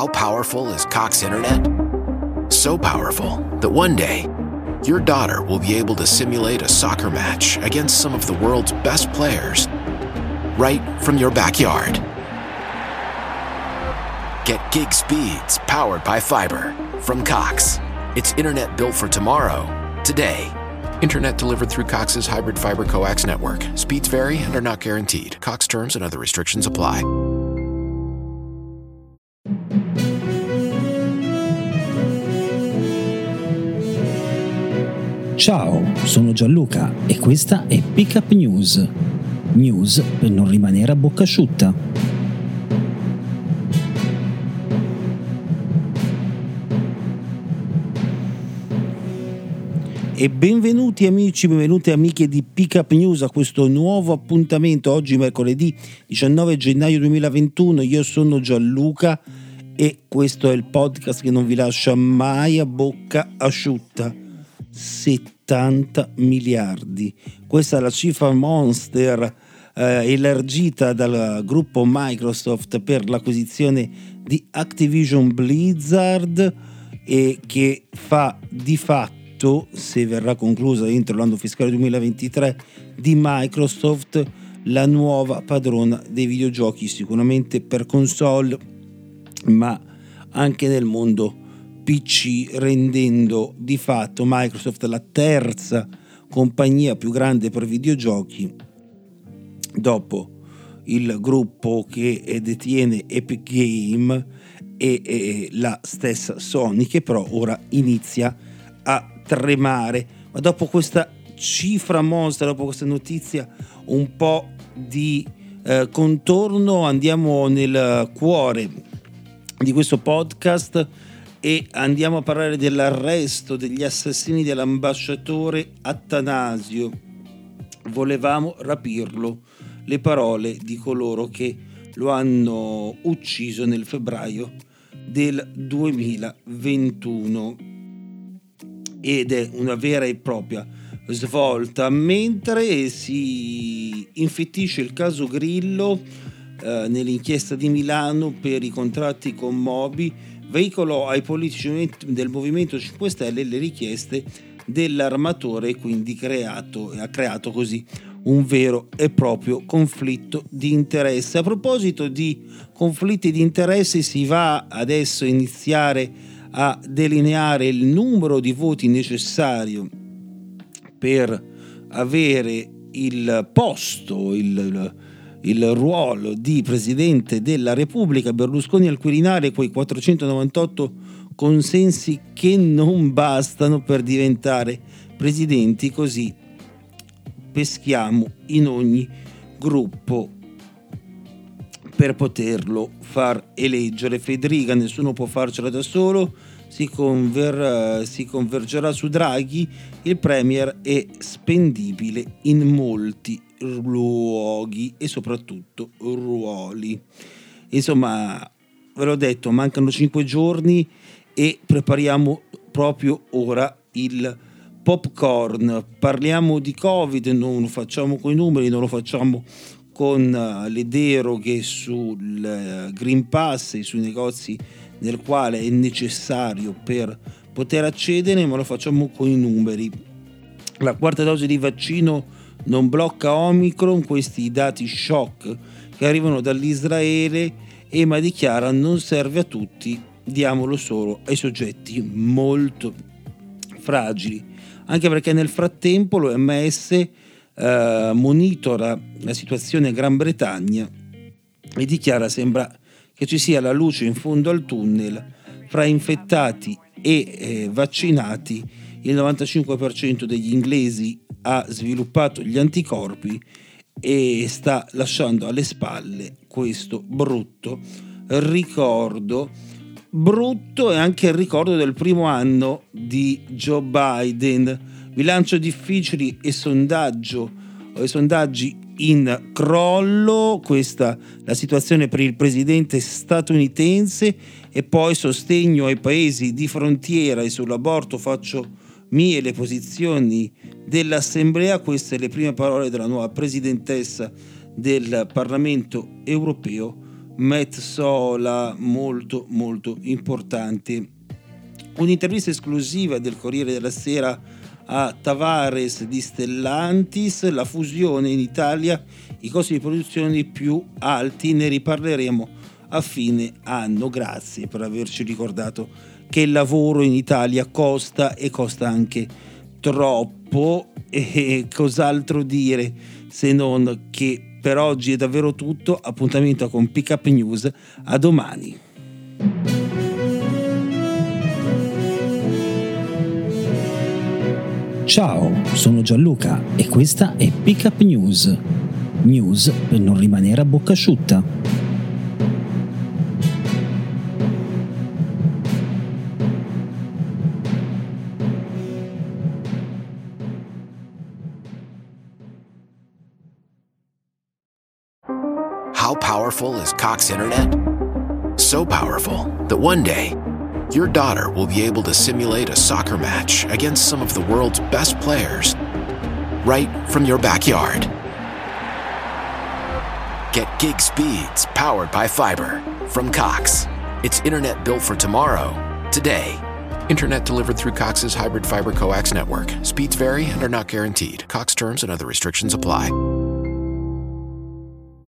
how powerful is Cox Internet? So powerful that one day, your daughter will be able to simulate a soccer match against some of the world's best players right from your backyard. Get gig speeds powered by fiber from Cox. It's internet built for tomorrow, today. Internet delivered through Cox's hybrid fiber coax network. Speeds vary and are not guaranteed. Cox terms and other restrictions apply. Ciao, sono Gianluca e questa è Pick Up News. News per non rimanere a bocca asciutta. E benvenuti amici, benvenute amiche di Pick Up News a questo nuovo appuntamento. Oggi mercoledì 19 gennaio 2021, io sono Gianluca e questo è il podcast che non vi lascia mai a bocca asciutta. 70 miliardi, questa è la cifra monster elargita dal gruppo Microsoft per l'acquisizione di Activision Blizzard e che fa di fatto, se verrà conclusa entro l'anno fiscale 2023, di Microsoft la nuova padrona dei videogiochi, sicuramente per console ma anche nel mondo PC, rendendo di fatto Microsoft la terza compagnia più grande per videogiochi dopo il gruppo che detiene Epic Game e la stessa Sony, che però ora inizia a tremare. Ma dopo questa cifra mostra, dopo questa notizia un po' di contorno, andiamo nel cuore di questo podcast e andiamo a parlare dell'arresto degli assassini dell'ambasciatore Attanasio. Volevamo rapirlo, le parole di coloro che lo hanno ucciso nel febbraio del 2021. Ed è una vera e propria svolta. Mentre si infittisce il caso Grillo nell'inchiesta di Milano per i contratti con Moby, veicolò ai politici del Movimento 5 Stelle le richieste dell'armatore e quindi ha creato così un vero e proprio conflitto di interesse. A proposito di conflitti di interesse, si va adesso a iniziare a delineare il numero di voti necessario per avere il posto, il ruolo di Presidente della Repubblica. Berlusconi al Quirinale quei 498 consensi che non bastano per diventare presidenti, così peschiamo in ogni gruppo per poterlo far eleggere. Federica, nessuno può farcela da solo, si convergerà su Draghi, il Premier è spendibile in molti luoghi e soprattutto ruoli. Insomma, ve l'ho detto, mancano 5 giorni e prepariamo proprio ora il popcorn. Parliamo di Covid, non lo facciamo con i numeri, non lo facciamo con le deroghe sul Green Pass e sui negozi nel quale è necessario per poter accedere, ma lo facciamo con i numeri. La quarta dose di vaccino non blocca Omicron, questi i dati shock che arrivano dall'Israele. EMA dichiara non serve a tutti, diamolo solo ai soggetti molto fragili, anche perché nel frattempo l'OMS monitora la situazione in Gran Bretagna e dichiara sembra che ci sia la luce in fondo al tunnel. Fra infettati e vaccinati il 95% degli inglesi ha sviluppato gli anticorpi e sta lasciando alle spalle questo brutto ricordo. Brutto è anche il ricordo del primo anno di Joe Biden. Bilancio difficili e sondaggi in crollo, questa la situazione per il presidente statunitense. E poi sostegno ai paesi di frontiera, e sull'aborto faccio mie le posizioni dell'Assemblea. Queste le prime parole della nuova presidentessa del Parlamento europeo Metsola, molto molto importante. Un'intervista esclusiva del Corriere della Sera a Tavares di Stellantis, la fusione in Italia, i costi di produzione più alti, ne riparleremo a fine anno. Grazie per averci ricordato che il lavoro in Italia costa e costa anche troppo. E cos'altro dire se non che per oggi è davvero tutto. Appuntamento con Pick Up News, a domani. Ciao, sono Gianluca e questa è Pick Up News. News per non rimanere a bocca asciutta. How powerful is Cox Internet? So powerful that one day, your daughter will be able to simulate a soccer match against some of the world's best players right from your backyard. Get gig speeds powered by fiber from Cox. It's internet built for tomorrow, today. Internet delivered through Cox's hybrid fiber coax network. Speeds vary and are not guaranteed. Cox terms and other restrictions apply.